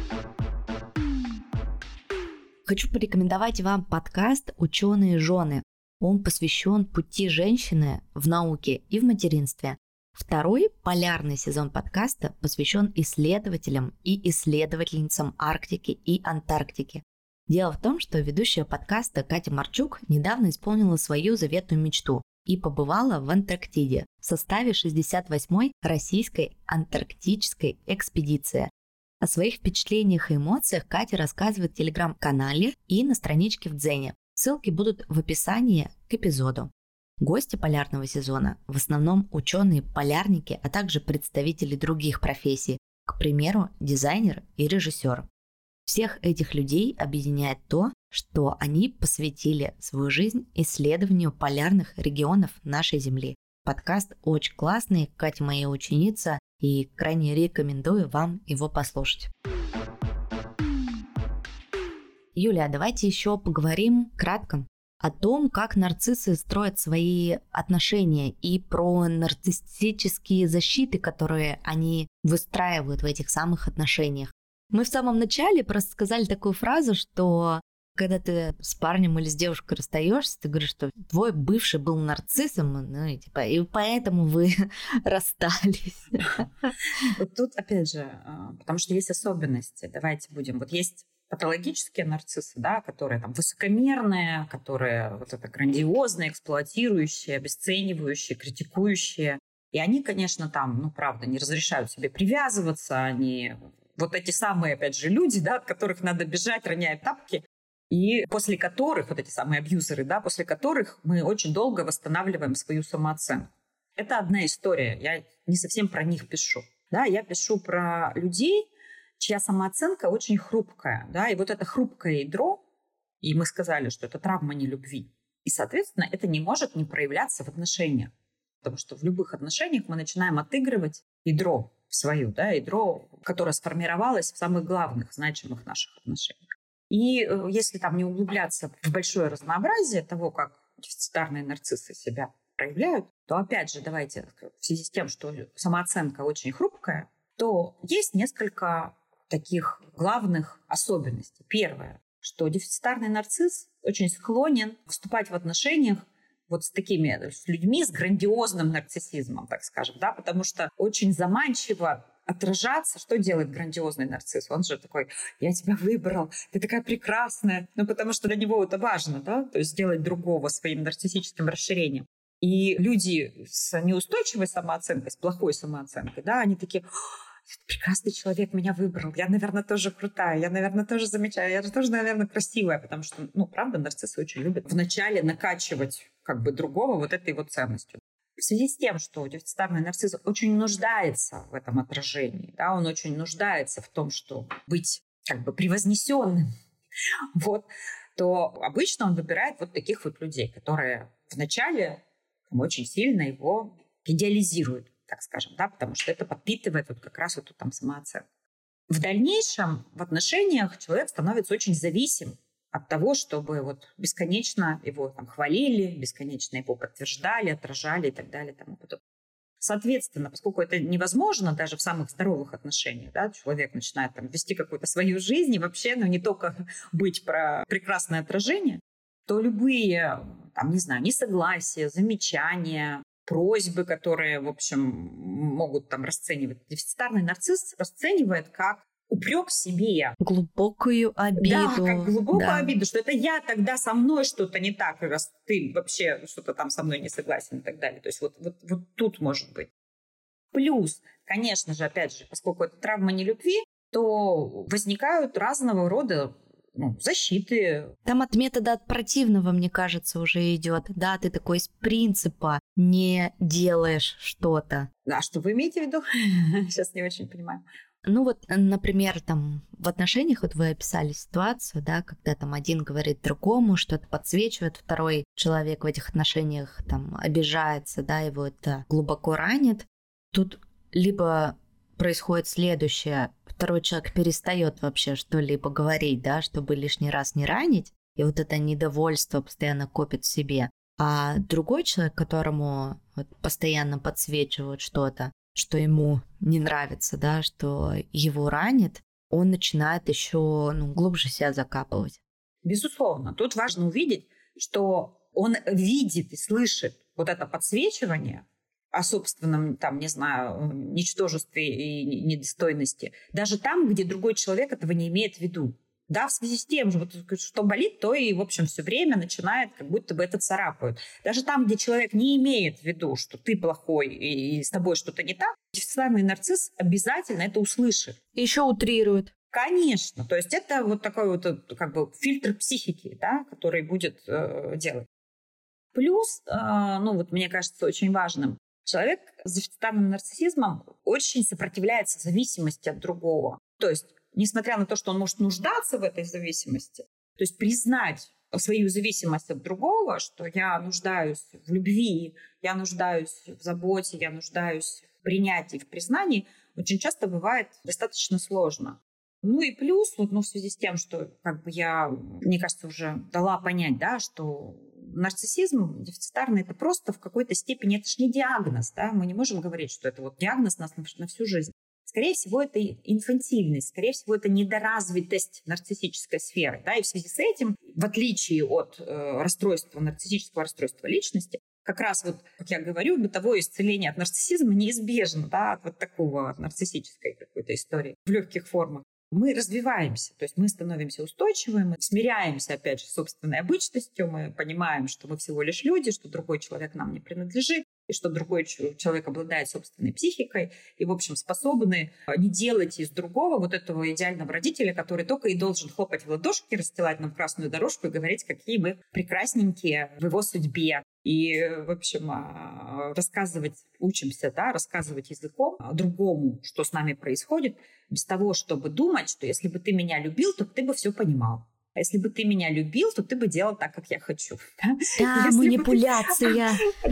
Хочу порекомендовать вам подкаст «Ученые жены». Он посвящен пути женщины в науке и в материнстве. Второй полярный сезон подкаста посвящен исследователям и исследовательницам Арктики и Антарктики. Дело в том, что ведущая подкаста Катя Марчук недавно исполнила свою заветную мечту и побывала в Антарктиде в составе 68-й российской антарктической экспедиции. О своих впечатлениях и эмоциях Катя рассказывает в телеграм-канале и на страничке в Дзене. Ссылки будут в описании к эпизоду. Гости полярного сезона в основном ученые-полярники, а также представители других профессий, к примеру, дизайнер и режиссер. Всех этих людей объединяет то, что они посвятили свою жизнь исследованию полярных регионов нашей Земли. Подкаст очень классный, Катя моя ученица, и крайне рекомендую вам его послушать. Юля, давайте еще поговорим кратко о том, как нарциссы строят свои отношения и про нарциссические защиты, которые они выстраивают в этих самых отношениях. Мы в самом начале просто сказали такую фразу, что когда ты с парнем или с девушкой расстаешься, ты говоришь, что твой бывший был нарциссом, и поэтому вы расстались. Вот тут, опять же, потому что есть особенности. Давайте будем. Вот есть патологические нарциссы, да, которые там высокомерные, которые вот это грандиозные, эксплуатирующие, обесценивающие, критикующие. И они, конечно, там, правда, не разрешают себе привязываться. Они вот эти самые, опять же, люди, да, от которых надо бежать, роняя тапки, и после которых, вот эти самые абьюзеры, да, после которых мы очень долго восстанавливаем свою самооценку. Это одна история. Я не совсем про них пишу. Да, я пишу про людей, чья самооценка очень хрупкая. Да, и вот это хрупкое ядро, и мы сказали, что это травма нелюбви. И, соответственно, это не может не проявляться в отношениях. Потому что в любых отношениях мы начинаем отыгрывать ядро свою, да, ядро, которое сформировалось в самых главных, значимых наших отношениях. И если там не углубляться в большое разнообразие того, как дефицитарные нарциссы себя проявляют, то опять же, давайте, в связи с тем, что самооценка очень хрупкая, то есть несколько таких главных особенностей. Первое, что дефицитарный нарцисс очень склонен вступать в отношениях вот с такими с людьми с грандиозным нарциссизмом, так скажем, да, потому что очень заманчиво отражаться. Что делает грандиозный нарцисс? Он же такой: я тебя выбрал, ты такая прекрасная. Потому что для него это важно, да, то есть сделать другого своим нарциссическим расширением. И люди с неустойчивой самооценкой, с плохой самооценкой, да, они такие: прекрасный человек меня выбрал, я, наверное, тоже крутая, я, наверное, тоже замечаю, я тоже, наверное, красивая, потому что, правда, нарциссы очень любят вначале накачивать другого вот этой вот ценностью. В связи с тем, что дефицитарный нарцисс очень нуждается в этом отражении, да, он очень нуждается в том, что быть превознесенным, то обычно он выбирает вот таких вот людей, которые вначале очень сильно его идеализируют, так скажем, да, потому что это подпитывает вот как раз эту самооценку. В дальнейшем в отношениях человек становится очень зависим от того, чтобы бесконечно его хвалили, бесконечно его подтверждали, отражали и так далее. Соответственно, поскольку это невозможно даже в самых здоровых отношениях, да, человек начинает там вести какую-то свою жизнь и вообще, не только быть про прекрасное отражение, то любые, там, не знаю, несогласия, замечания, просьбы, которые, в общем, могут там расценивать. Дефицитарный нарцисс расценивает как упрек себе. Глубокую обиду. Да, как глубокую обиду, что это я тогда со мной что-то не так, раз ты вообще что-то там со мной не согласен и так далее. То есть вот тут может быть. Плюс, конечно же, опять же, поскольку это травма нелюбви, то возникают разного рода защиты. Там от метода от противного, мне кажется, уже идет. Да, ты такой из принципа не делаешь что-то. Да, что вы имеете в виду? Сейчас не очень понимаю. Например, там в отношениях вы описали ситуацию, да, когда там один говорит другому, что-то подсвечивает, второй человек в этих отношениях там обижается, да, его это глубоко ранит. Тут либо происходит следующее: второй человек перестает вообще что-либо говорить, да, чтобы лишний раз не ранить, и это недовольство постоянно копит в себе. А другой человек, которому постоянно подсвечивают что-то, что ему не нравится, да, что его ранит, он начинает еще глубже себя закапывать. Безусловно. Тут важно увидеть, что он видит и слышит это подсвечивание о собственном, там, не знаю, ничтожестве и недостойности, даже там, где другой человек этого не имеет в виду. Да, в связи с тем же, что болит, то и, в общем, все время начинает, как будто бы это царапают. Даже там, где человек не имеет в виду, что ты плохой и с тобой что-то не так, дефицитарный нарцисс обязательно это услышит. И еще утрирует. Конечно. То есть это такой фильтр психики, да, который будет делать. Плюс, мне кажется, очень важным, человек с дефицитарным нарциссизмом очень сопротивляется зависимости от другого. То есть несмотря на то, что он может нуждаться в этой зависимости, то есть признать свою зависимость от другого, что я нуждаюсь в любви, я нуждаюсь в заботе, я нуждаюсь в принятии, в признании, очень часто бывает достаточно сложно. И плюс, в связи с тем, что я, мне кажется, уже дала понять, да, что нарциссизм дефицитарный — это просто в какой-то степени, это же не диагноз, да, мы не можем говорить, что это диагноз нас на всю жизнь. Скорее всего, это инфантильность, скорее всего, это недоразвитость нарциссической сферы. Да? И в связи с этим, в отличие от нарциссического расстройства личности, как раз, как я говорю, бытовое исцеление от нарциссизма неизбежно, да, от такого нарциссической какой-то истории в легких формах. Мы развиваемся, то есть мы становимся устойчивыми, мы смиряемся, опять же, с собственной обычностью, мы понимаем, что мы всего лишь люди, что другой человек нам не принадлежит, и что другой человек обладает собственной психикой, и, в общем, способны не делать из другого этого идеального родителя, который только и должен хлопать в ладошки, расстилать нам красную дорожку и говорить, какие мы прекрасненькие в его судьбе. И, в общем, учимся, да, рассказывать языком другому, что с нами происходит, без того, чтобы думать, что если бы ты меня любил, то ты бы все понимал. А если бы ты меня любил, то ты бы делал так, как я хочу. Да, манипуляция.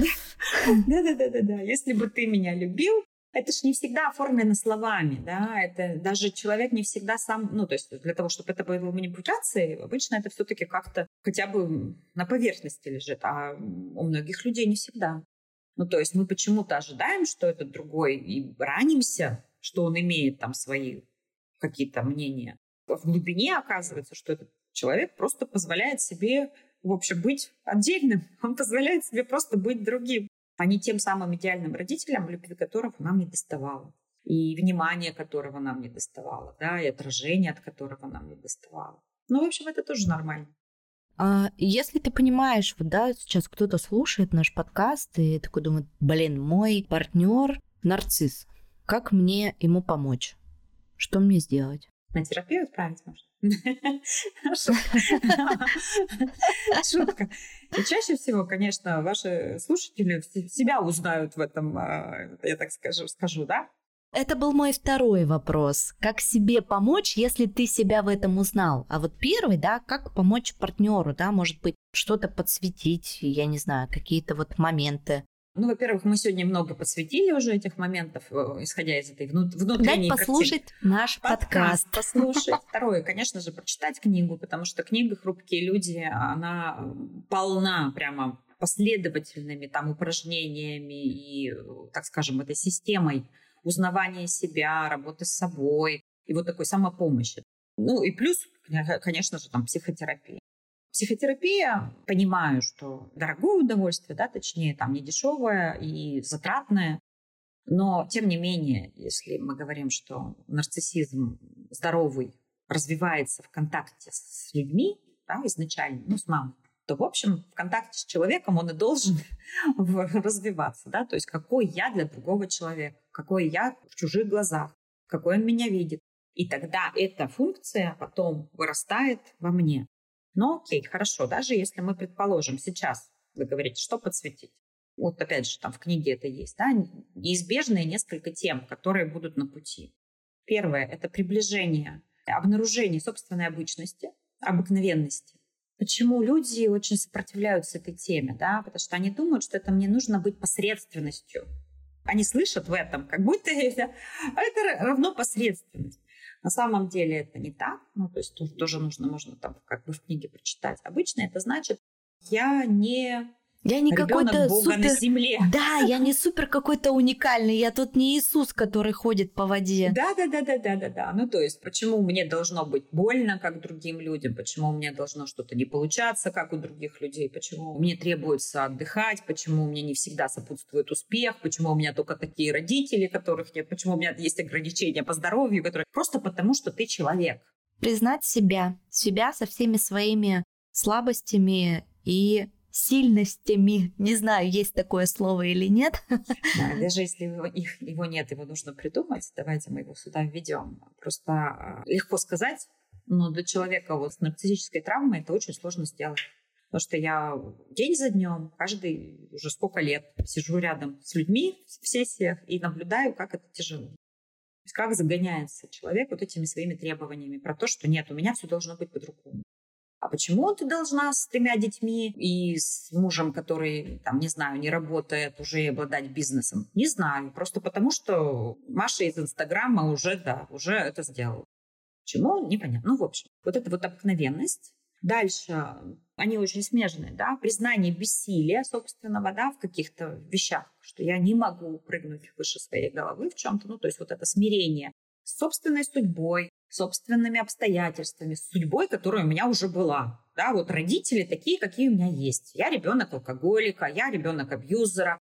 Да. Если бы ты меня любил, это ж не всегда оформлено словами, да, это даже человек не всегда сам, то есть для того, чтобы это было манипуляцией, обычно это все-таки как-то хотя бы на поверхности лежит, а у многих людей не всегда. То есть мы почему-то ожидаем, что этот другой, и ранимся, что он имеет там свои какие-то мнения. В глубине оказывается, что этот человек просто позволяет себе, в общем, быть отдельным. Он позволяет себе просто быть другим, а не тем самым идеальным родителем, любви которого нам не доставало, и внимания которого нам не доставало, да, и отражения, от которого нам не доставало. В общем, это тоже нормально. Если ты понимаешь, сейчас кто-то слушает наш подкаст и такой думает: мой партнер нарцисс, как мне ему помочь? Что мне сделать? На терапию отправить можно? Шутка. И чаще всего, конечно, ваши слушатели себя узнают в этом, я так скажу, да? Это был мой второй вопрос. Как себе помочь, если ты себя в этом узнал? А первый, да, как помочь партнеру, да, может быть, что-то подсветить, я не знаю, какие-то моменты. Во-первых, мы сегодня много подсветили уже этих моментов, исходя из этой внутренней Дать послушать наш подкаст. Послушать. Второе, конечно же, прочитать книгу, потому что книга «Хрупкие люди», она полна прямо последовательными там упражнениями и, так скажем, этой системой узнавания себя, работы с собой и вот такой самопомощи. Ну и плюс, конечно же, там психотерапия. Психотерапия, понимаю, что дорогое удовольствие, да, точнее, там не дешевое и затратное, но тем не менее, если мы говорим, что нарциссизм здоровый развивается в контакте с людьми, да, изначально, ну, с мамой, то, в общем, в контакте с человеком он и должен развиваться, да, то есть какой я для другого человека, какой я в чужих глазах, какой он меня видит. И тогда эта функция потом вырастает во мне. Но окей, хорошо, даже если мы предположим сейчас, вы говорите, что подсветить. Вот опять же, там в книге это есть, да, неизбежные несколько тем, которые будут на пути. Первое – это приближение, обнаружение собственной обычности, обыкновенности. Почему люди очень сопротивляются этой теме, да? Потому что они думают, что это мне нужно быть посредственностью. Они слышат в этом, как будто это равно посредственность. На самом деле это не так. Ну, то есть тоже можно там как бы в книге прочитать. Обычно это значит, я не ребенок Бога на земле. Да, я не супер какой-то уникальный. Я тут не Иисус, который ходит по воде. Да. Ну, то есть, почему мне должно быть больно, как другим людям? Почему у меня должно что-то не получаться, как у других людей? Почему мне требуется отдыхать? Почему мне не всегда сопутствует успех? Почему у меня только такие родители, которых нет? Почему у меня есть ограничения по здоровью? Просто потому, что ты человек. Признать себя со всеми своими слабостями и сильностями. Не знаю, есть такое слово или нет. Да, даже если его нет, его нужно придумать. Давайте мы его сюда введем. Просто легко сказать, но для человека вот с нарциссической травмой это очень сложно сделать. Потому что я день за днем, каждый уже сколько лет сижу рядом с людьми в сессиях и наблюдаю, как это тяжело. То есть как загоняется человек вот этими своими требованиями про то, что нет, у меня все должно быть по-другому. А почему ты должна с 3 детьми и с мужем, который, там, не знаю, не работает, уже обладать бизнесом? Не знаю. Просто потому, что Маша из Инстаграма уже это сделала. Почему? Непонятно. Ну, в общем, вот эта вот обыкновенность. Дальше они очень смежные, да, признание бессилия собственного, да, в каких-то вещах, что я не могу прыгнуть выше своей головы в чем-то. Ну, то есть вот это смирение с собственной судьбой, собственными обстоятельствами, с судьбой, которая у меня уже была. Да, вот родители такие, какие у меня есть. Я ребенок алкоголика, я ребенок абьюзера,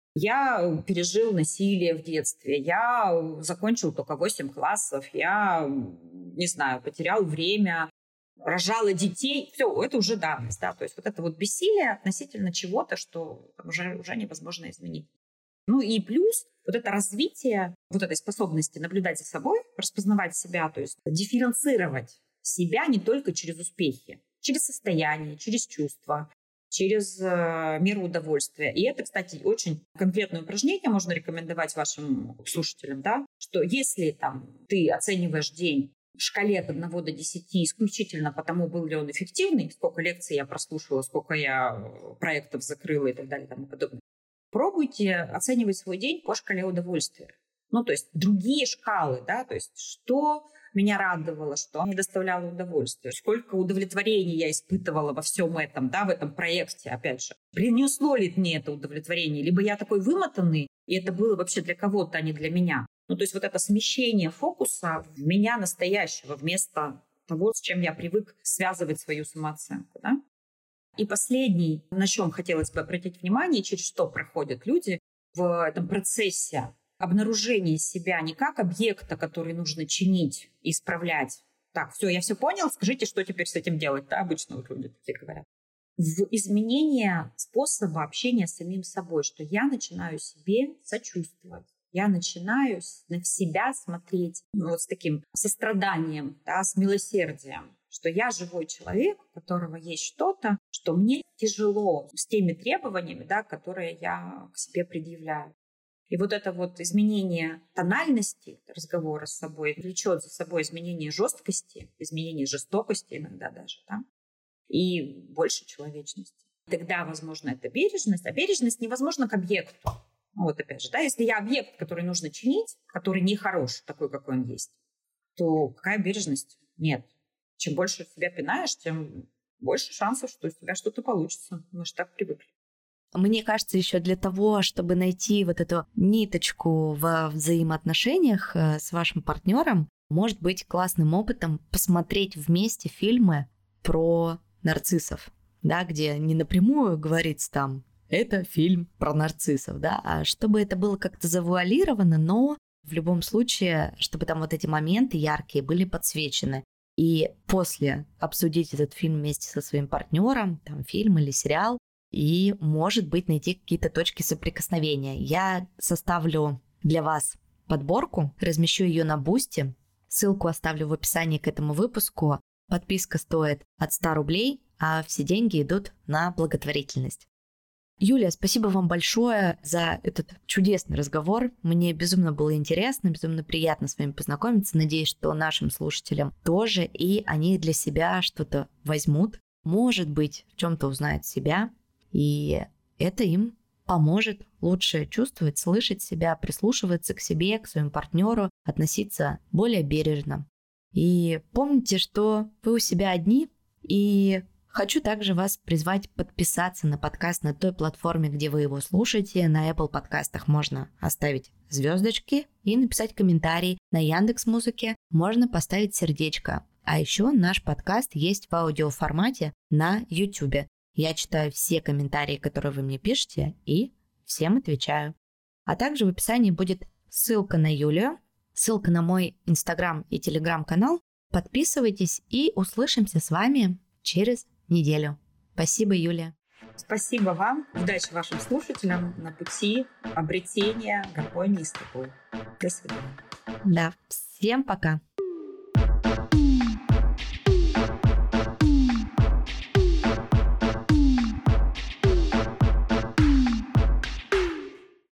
я пережил насилие в детстве, я закончил только 8 классов, я, не знаю, потерял время, рожала детей. Все, это уже давность. Да? То есть вот это вот бессилие относительно чего-то, что уже невозможно изменить. Ну и плюс вот это развитие вот этой способности наблюдать за собой, распознавать себя, то есть дифференцировать себя не только через успехи, через состояние, через чувства, через меру удовольствия. И это, кстати, очень конкретное упражнение можно рекомендовать вашим слушателям, да, что если там ты оцениваешь день в шкале от 1 до 10 исключительно потому, был ли он эффективный, сколько лекций я прослушала, сколько я проектов закрыла и так далее и тому подобное, пробуйте оценивать свой день по шкале удовольствия. Ну, то есть другие шкалы, да, то есть что меня радовало, что мне доставляло удовольствие, сколько удовлетворения я испытывала во всем этом, да, в этом проекте, опять же. Принесло ли мне это удовлетворение? Либо я такой вымотанный, и это было вообще для кого-то, а не для меня. Ну, то есть вот это смещение фокуса в меня настоящего вместо того, с чем я привык связывать свою самооценку, да. И последний, на чем хотелось бы обратить внимание, через что проходят люди в этом процессе обнаружения себя не как объекта, который нужно чинить и исправлять. Так, все, я все понял, скажите, что теперь с этим делать? Да, обычно вот люди такие говорят. В изменение способа общения с самим собой, что я начинаю себе сочувствовать. Я начинаю на себя смотреть вот с таким состраданием, да, с милосердием, что я живой человек, у которого есть что-то, что мне тяжело с теми требованиями, да, которые я к себе предъявляю. И вот это вот изменение тональности разговора с собой влечет за собой изменение жесткости, изменение жестокости иногда даже, да, и больше человечности. Тогда, возможно, это бережность, а бережность невозможна к объекту. Вот опять же, да, если я объект, который нужно чинить, который нехорош, такой, какой он есть, то какая бережность? Нет. Чем больше себя пинаешь, тем больше шансов, что у тебя что-то получится. Мы же так привыкли. Мне кажется, еще для того, чтобы найти вот эту ниточку во взаимоотношениях с вашим партнером, может быть классным опытом посмотреть вместе фильмы про нарциссов, да, где не напрямую говорится там, это фильм про нарциссов, да, а чтобы это было как-то завуалировано, но в любом случае, чтобы там вот эти моменты яркие были подсвечены. И после обсудить этот фильм вместе со своим партнером, там фильм или сериал, и, может быть, найти какие-то точки соприкосновения. Я составлю для вас подборку, размещу ее на Boosty, ссылку оставлю в описании к этому выпуску. Подписка стоит от 100 рублей, а все деньги идут на благотворительность. Юлия, спасибо вам большое за этот чудесный разговор. Мне безумно было интересно, безумно приятно с вами познакомиться. Надеюсь, что нашим слушателям тоже, и они для себя что-то возьмут. Может быть, в чем-то узнают себя, и это им поможет лучше чувствовать, слышать себя, прислушиваться к себе, к своему партнеру, относиться более бережно. И помните, что вы у себя одни, и хочу также вас призвать подписаться на подкаст на той платформе, где вы его слушаете. На Apple подкастах можно оставить звездочки и написать комментарий. На Яндекс.Музыке можно поставить сердечко. А еще наш подкаст есть в аудиоформате на YouTube. Я читаю все комментарии, которые вы мне пишете, и всем отвечаю. А также в описании будет ссылка на Юлию, ссылка на мой Инстаграм и Телеграм-канал. Подписывайтесь и услышимся с вами через неделю. Спасибо, Юлия. Спасибо вам. Удачи вашим слушателям на пути обретения гармонии с тобой. До свидания. Да, всем пока.